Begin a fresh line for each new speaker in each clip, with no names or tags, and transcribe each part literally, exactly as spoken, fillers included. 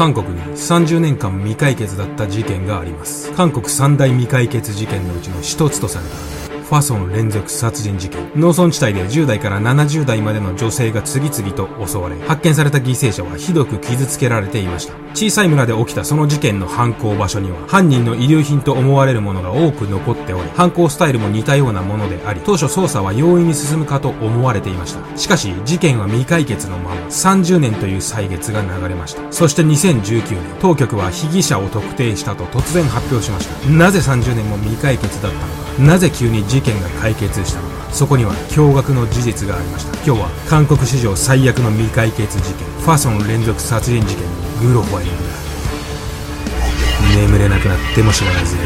韓国にさんじゅうねんかん未解決だった事件があります。韓国三大未解決事件のうちの一つとされたファソン連続殺人事件。農村地帯でじゅうだいからななじゅうだいまでの女性が次々と襲われ、発見された犠牲者はひどく傷つけられていました。小さい村で起きたその事件の犯行場所には犯人の遺留品と思われるものが多く残っており、犯行スタイルも似たようなものであり、当初捜査は容易に進むかと思われていました。しかし事件は未解決のままさんじゅうねんという歳月が流れました。そしてにせんじゅうきゅうねん、当局は被疑者を特定したと突然発表しました。なぜさんじゅうねんも未解決だったのか、なぜ急に事件が解決したのか、そこには驚愕の事実がありました。今日は韓国史上最悪の未解決事件、ファソン連続殺人事件にグロファイングだ。眠れなくなっても知らないぜ。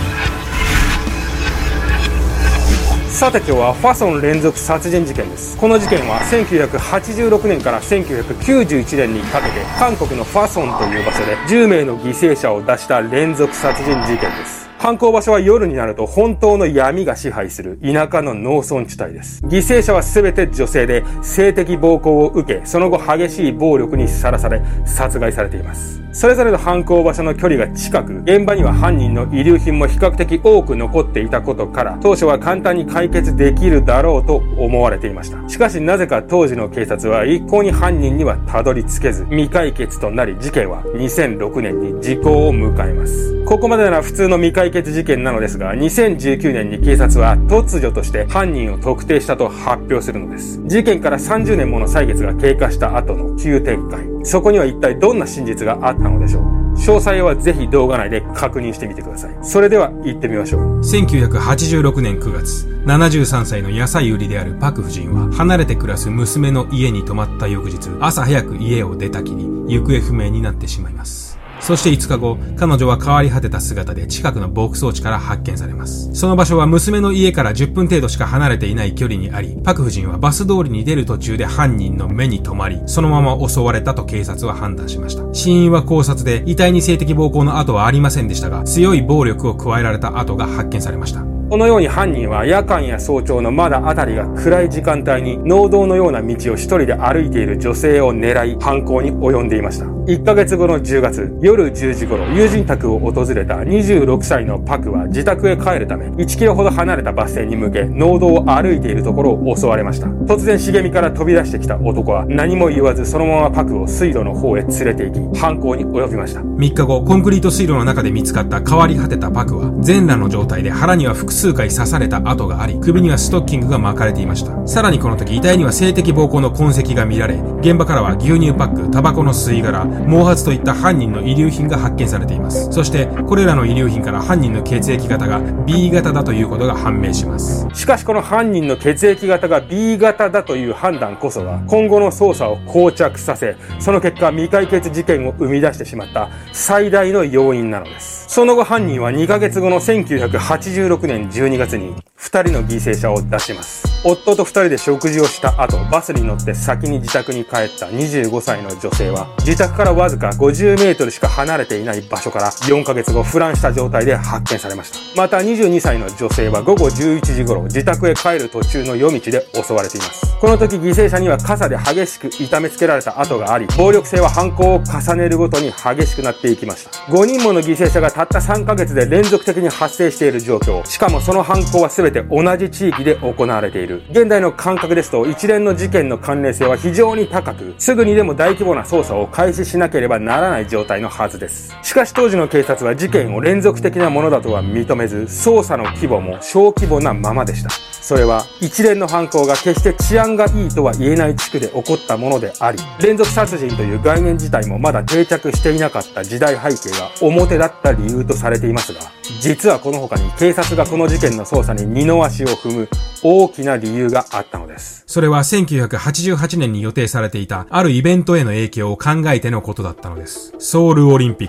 さて今日はファソン連続殺人事件です。この事件はせんきゅうひゃくはちじゅうろくねんからせんきゅうひゃくきゅうじゅういちねんにかけて韓国のファソンという場所でじゅうめいの犠牲者を出した連続殺人事件です。犯行場所は夜になると本当の闇が支配する田舎の農村地帯です。犠牲者は全て女性で性的暴行を受け、その後激しい暴力にさらされ殺害されています。それぞれの犯行場所の距離が近く、現場には犯人の遺留品も比較的多く残っていたことから、当初は簡単に解決できるだろうと思われていました。しかしなぜか当時の警察は一向に犯人にはたどり着けず、未解決となり事件はにせんろくねんに時効を迎えます。ここまでなら普通の未解決事件なのですが、にせんじゅうきゅうねんに警察は突如として犯人を特定したと発表するのです。事件からさんじゅうねんもの歳月が経過した後の急展開。そこには一体どんな真実があったのでしょう。詳細はぜひ動画内で確認してみてください。それでは行ってみましょう。
せんきゅうひゃくはちじゅうろくねんくがつ、ななじゅうさんさいの野菜売りであるパク夫人は離れて暮らす娘の家に泊まった翌日、朝早く家を出たきり行方不明になってしまいます。そしていつかご、彼女は変わり果てた姿で近くの牧草地から発見されます。その場所は娘の家からじゅっぷん程度しか離れていない距離にあり、パク夫人はバス通りに出る途中で犯人の目に留まり、そのまま襲われたと警察は判断しました。死因は絞殺で、遺体に性的暴行の跡はありませんでしたが、強い暴力を加えられた跡が発見されました。
このように犯人は夜間や早朝のまだ辺りが暗い時間帯に農道のような道を一人で歩いている女性を狙い犯行に及んでいました。いっかげつごのじゅうがつ、夜じゅうじ頃、友人宅を訪れたにじゅうろくさいのパクは自宅へ帰るためいちキロほど離れたバス停に向け農道を歩いているところを襲われました。突然茂みから飛び出してきた男は何も言わずそのままパクを水路の方へ連れて行き犯行に及びました。
みっかご、コンクリート水路の中で見つかった変わり果てたパクは全裸の状態で腹には複数回刺された跡があり、首にはストッキングが巻かれていました。さらにこの時遺体には性的暴行の痕跡が見られ、現場からは牛乳パック、タバコの吸い殻、毛髪といった犯人の遺留品が発見されています。そしてこれらの遺留品から犯人の血液型が ビー 型だということが判明します。
しかしこの犯人の血液型が ビー 型だという判断こそが今後の捜査を膠着させ、その結果未解決事件を生み出してしまった最大の要因なのです。その後犯人はにかげつごのせんきゅうひゃくはちじゅうろくねんじゅうにがつにふたりの犠牲者を出します。夫とふたりで食事をした後、バスに乗って先に自宅に帰ったにじゅうごさいの女性は自宅からわずかごじゅうメートルしか離れていない場所からよんかげつご腐乱した状態で発見されました。またにじゅうにさいの女性はごごじゅういちじ頃自宅へ帰る途中の夜道で襲われています。この時犠牲者には傘で激しく痛めつけられた跡があり、暴力性は犯行を重ねるごとに激しくなっていきました。ごにんもの犠牲者がたったさんかげつで連続的に発生している状況。しかもその犯行は全て同じ地域で行われている。現代の感覚ですと一連の事件の関連性は非常に高く、すぐにでも大規模な捜査を開始しなければならない状態のはずです。しかし当時の警察は事件を連続的なものだとは認めず、捜査の規模も小規模なままでした。それは一連の犯行が決して治安がいいとは言えない地区で起こったものであり、連続殺人という概念自体もまだ定着していなかった時代背景が表だった理由とされていますが、実はこの他に警察がこの事件の捜査に二の足を踏む大きな理由があったのです。
それはせんきゅうひゃくはちじゅうはちねんに予定されていたあるイベントへの影響を考えてのことだったのです。ソウルオリンピック。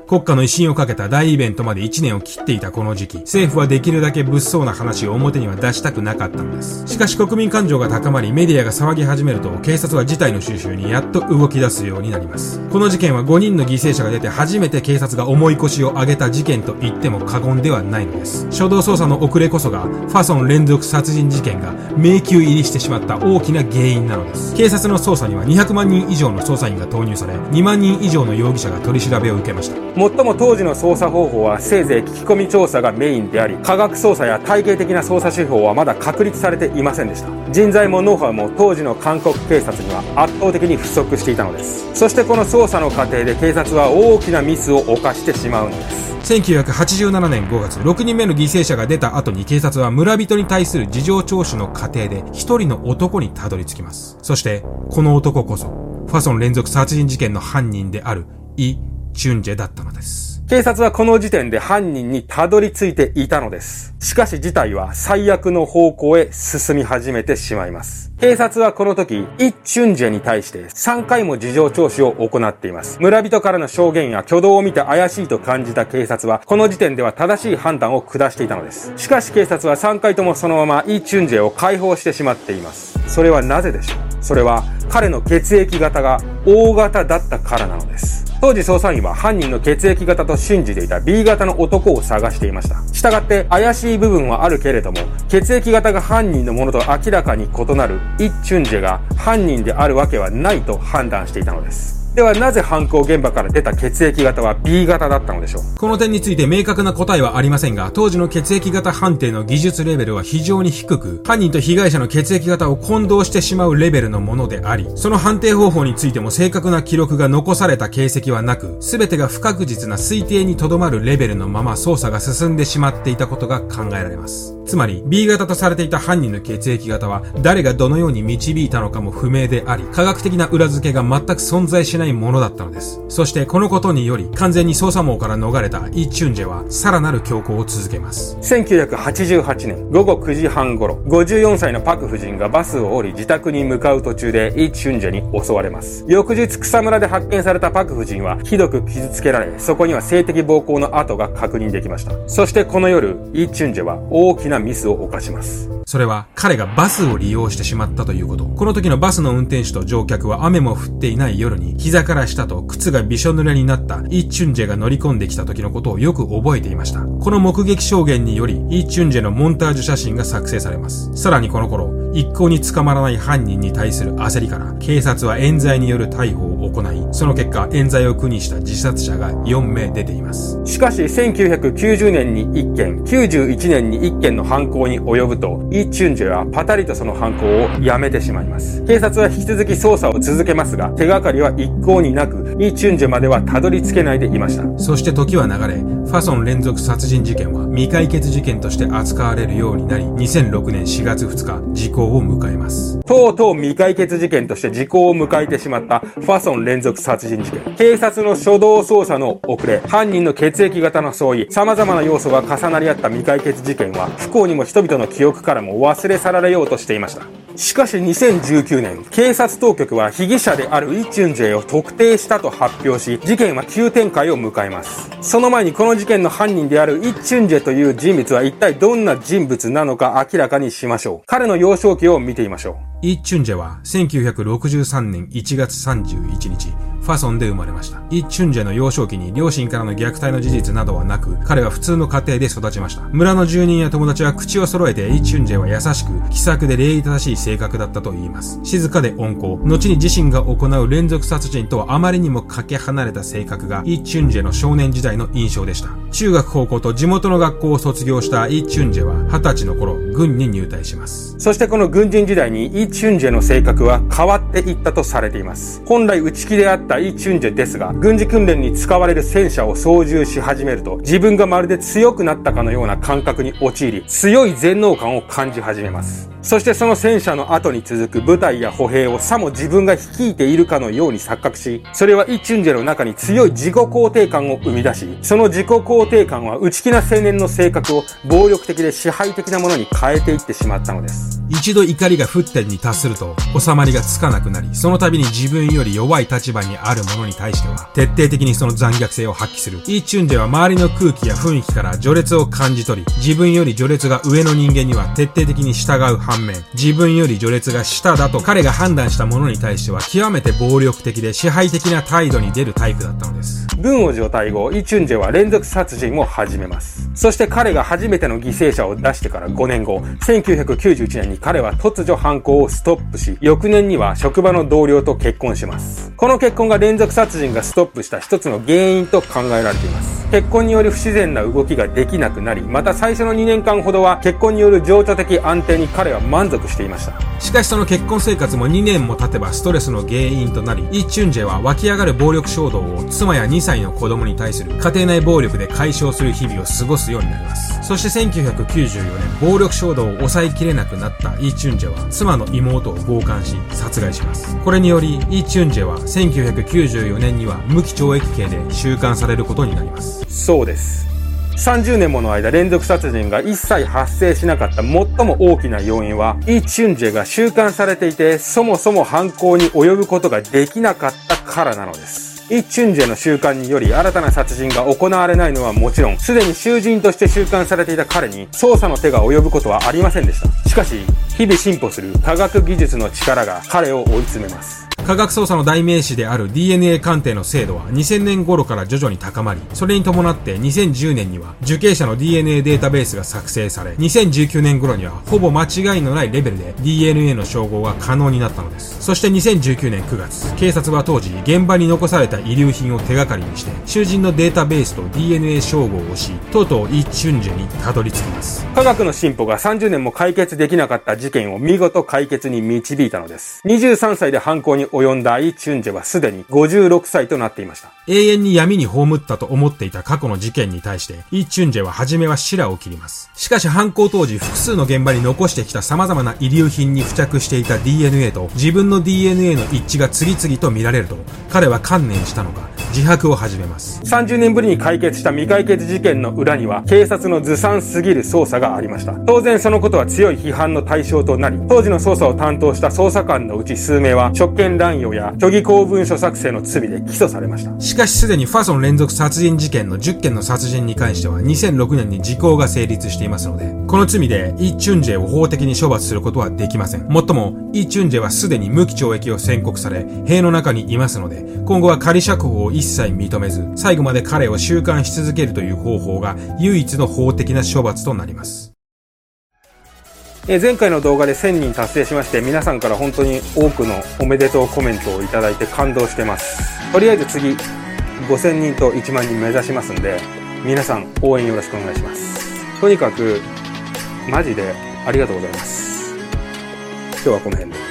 国家の威信をかけた大イベントまでいちねんを切っていたこの時期、政府はできるだけ物騒な話を表には出したくなかったのです。しかし国民感情が高まり、メディアが騒ぎ始めると、警察は事態の収拾にやっと動き出すようになります。この事件はごにんの犠牲者が出て初めて警察が重い腰を上げた事件と言っても過言ではないのです。初動捜査の遅れこそが、ファソン連続殺人事件が迷宮入りしてしまった大きな原因なのです。警察の捜査にはにひゃくまんにん以上の捜査員が投入され、にまんにん以上の容疑者が取り調べを受けました。
もっとも当時の捜査方法はせいぜい聞き込み調査がメインであり、科学捜査や体系的な捜査手法はまだ確立されていませんでした。人材もノウハウも当時の韓国警察には圧倒的に不足していたのです。そしてこの捜査の過程で警察は大きなミスを犯してしまうのです。
せんきゅうひゃくはちじゅうななねんごがつ、ろくにんめの犠牲者が出た後に警察は村人に対する事情聴取の過程で一人の男にたどり着きます。そしてこの男こそファソン連続殺人事件の犯人であるイ・チュンジェだったのです。
警察はこの時点で犯人にたどり着いていたのです。しかし事態は最悪の方向へ進み始めてしまいます。警察はこの時、イ・チュンジェに対してさんかいも事情聴取を行っています。村人からの証言や挙動を見て怪しいと感じた警察は、この時点では正しい判断を下していたのです。しかし警察はさんかいともそのままイ・チュンジェを解放してしまっています。それはなぜでしょう？それは彼の血液型が O 型だったからなのです。当時捜査員は犯人の血液型と信じていた B 型の男を探していました。したがって怪しい部分はあるけれども、血液型が犯人のものと明らかに異なるイ・チュンジェが犯人であるわけはないと判断していたのです。ではなぜ犯行現場から出た血液型は B 型だったのでしょう？
この点について明確な答えはありませんが、当時の血液型判定の技術レベルは非常に低く、犯人と被害者の血液型を混同してしまうレベルのものであり、その判定方法についても正確な記録が残された形跡はなく、全てが不確実な推定にとどまるレベルのまま捜査が進んでしまっていたことが考えられます。つまり B 型とされていた犯人の血液型は誰がどのように導いたのかも不明であり、科学的な裏付けが全く存在しないものだったのです。そしてこのことにより完全に捜査網から逃れたイ・チュンジェはさらなる強行を続けます。
せんきゅうひゃくはちじゅうはちねんごごくじはん頃、ごじゅうよんさいのパク夫人がバスを降り自宅に向かう途中でイ・チュンジェに襲われます。翌日草むらで発見されたパク夫人はひどく傷つけられ、そこには性的暴行の跡が確認できました。そしてこの夜、イ・チュンジェは大きなミスを犯します。
それは彼がバスを利用してしまったということ。この時のバスの運転手と乗客は雨も降っていない夜に膝から下と靴がびしょ濡れになったイ・チュンジェが乗り込んできた時のことをよく覚えていました。この目撃証言によりイ・チュンジェのモンタージュ写真が作成されます。さらにこの頃、一向に捕まらない犯人に対する焦りから警察は冤罪による逮捕を行い、その結果冤罪を苦にした自殺者がよんめい出ています。
しかしせんきゅうひゃくきゅうじゅうねんにいっけん、きゅうじゅういちねんにいっけんの犯行に及ぶと、イ・チュンジェはパタリとその犯行をやめてしまいます。警察は引き続き捜査を続けますが、手がかりは一向になく、イ・チュンジェまではたどり着けないでいました。
そして時は流れ、ファソン連続殺人事件は未解決事件として扱われるようになり、にせんろくねんしがつふつか時効を迎えます。
とうとう未解決事件として時効を迎えてしまったファソン連続殺人事件。警察の初動捜査の遅れ、犯人の血液型の相違、様々な要素が重なり合った未解決事件は不幸にも人々の記憶からも忘れ去られようとしていました。しかしにせんじゅうきゅうねん、警察当局は被疑者であるイ・チュンジェを特定したと発表し、事件は急展開を迎えます。その前にこの事件の犯人であるイ・チュンジェという人物は一体どんな人物なのか明らかにしましょう。彼の幼少期を見てみましょう。
イ・チュンジェはせんきゅうひゃくろくじゅうさんねんいちがつさんじゅういちにち、ファソンで生まれました。イ・チュンジェの幼少期に両親からの虐待の事実などはなく、彼は普通の家庭で育ちました。村の住人や友達は口を揃えてイ・チュンジェは優しく、気さくで礼儀正しい性格だったと言います。静かで温厚、後に自身が行う連続殺人とはあまりにもかけ離れた性格がイ・チュンジェの少年時代の印象でした。中学高校と地元の学校を卒業したイ・チュンジェははたちの頃、軍に入隊します。
そしてこの軍人時代にイ・チュンジェの性格は変わっていったとされています。本来内気であったイ・チュンジェですが、軍事訓練に使われる戦車を操縦し始めると、自分がまるで強くなったかのような感覚に陥り、強い全能感を感じ始めます。 そしてその戦車の後に続く部隊や歩兵をさも自分が率いているかのように錯覚し、それはイ・チュンジェの中に強い自己肯定感を生み出し、その自己肯定感は内気な青年の性格を暴力的で支配的なものに変えていってしまったのです。
一度怒りが沸点に達すると収まりがつかなくなり、その度に自分より弱い立場にある者に対しては徹底的にその残虐性を発揮する。イ・チュンジェは周りの空気や雰囲気から序列を感じ取り、自分より序列が上の人間には徹底的に従う反面、自分より序列が下だと彼が判断した者に対しては極めて暴力的で支配的な態度に出るタイプだったのです。
軍を除隊後、イ・チュンジェは連続殺人を始めます。そして彼が初めての犠牲者を出してからごねんご、せんきゅうひゃくきゅうじゅういちねんに彼は突如犯行をストップし、翌年には職場の同僚と結婚します。この結婚が連続殺人がストップした一つの原因と考えられています。結婚による不自然な動きができなくなり、また最初のにねんかんほどは結婚による情緒的安定に彼は満足していました。
しかしその結婚生活もにねんも経てばストレスの原因となり、イ・チュンジェは湧き上がる暴力衝動を妻やにさいの子供に対する家庭内暴力で解消する日々を過ごすようになります。そしてせんきゅうひゃくきゅうじゅうよねん、暴力衝動を抑えきれなくなったイ・チュンジェは妻の妹を強姦し殺害します。これによりイ・チュンジェはせんきゅうひゃくきゅうじゅうよねんには無期懲役刑で収監されることになります。
そうです。さんじゅうねんもの間連続殺人が一切発生しなかった最も大きな要因は、イ・チュンジェが収監されていて、そもそも犯行に及ぶことができなかったからなのです。イ・チュンジェの収監により新たな殺人が行われないのはもちろん、すでに囚人として収監されていた彼に捜査の手が及ぶことはありませんでした。しかし、日々進歩する科学技術の力が彼を追い詰めます。
科学捜査の代名詞である ディーエヌエー 鑑定の精度はにせんねん頃から徐々に高まり、それに伴ってにせんじゅうねんには受刑者の ディーエヌエー データベースが作成され、にせんじゅうきゅうねん頃にはほぼ間違いのないレベルで ディーエヌエー の照合が可能になったのです。そしてにせんじゅうきゅうねんくがつ、警察は当時現場に残された遺留品を手がかりにして囚人のデータベースと ディーエヌエー 照合をし、とうとうイ・チュンジェにたどり着きます。
科学の進歩がさんじゅうねんも解決できなかった事件を見事解決に導いたのです。にじゅうさんさいで犯行に及んだイ・チュンジェはすでにごじゅうろくさいとなっていました。
永遠に闇に葬ったと思っていた過去の事件に対してイ・チュンジェは初めは白を切ります。しかし犯行当時複数の現場に残してきた様々な遺留品に付着していた ディーエヌエー と自分の ディーエヌエー の一致が次々と見られると、彼は観念したのか自白を始めます。
さんじゅうねんぶりに解決した未解決事件の裏には警察のずさんすぎる捜査がありました。当然そのことは強い批判の対象となり、当時の捜査を担当した捜査官のうち数名は職権乱用や虚偽公文書作成の罪で起訴されました。
しかしすでにファソン連続殺人事件のじゅっけんの殺人に関してはにせんろくねんに時効が成立していますので、この罪でイ・チュンジェを法的に処罰することはできません。もっともイ・チュンジェはすでに無期懲役を宣告され塀の中にいますので、今後は仮釈放を一切認めず最後まで彼を収監し続けるという方法が唯一の法的な処罰となります。
え前回の動画でせんにん達成しまして、皆さんから本当に多くのおめでとうコメントをいただいて感動してます。とりあえず次ごせんにんといちまんにん目指しますんで、皆さん応援よろしくお願いします。とにかくマジでありがとうございます。今日はこの辺で。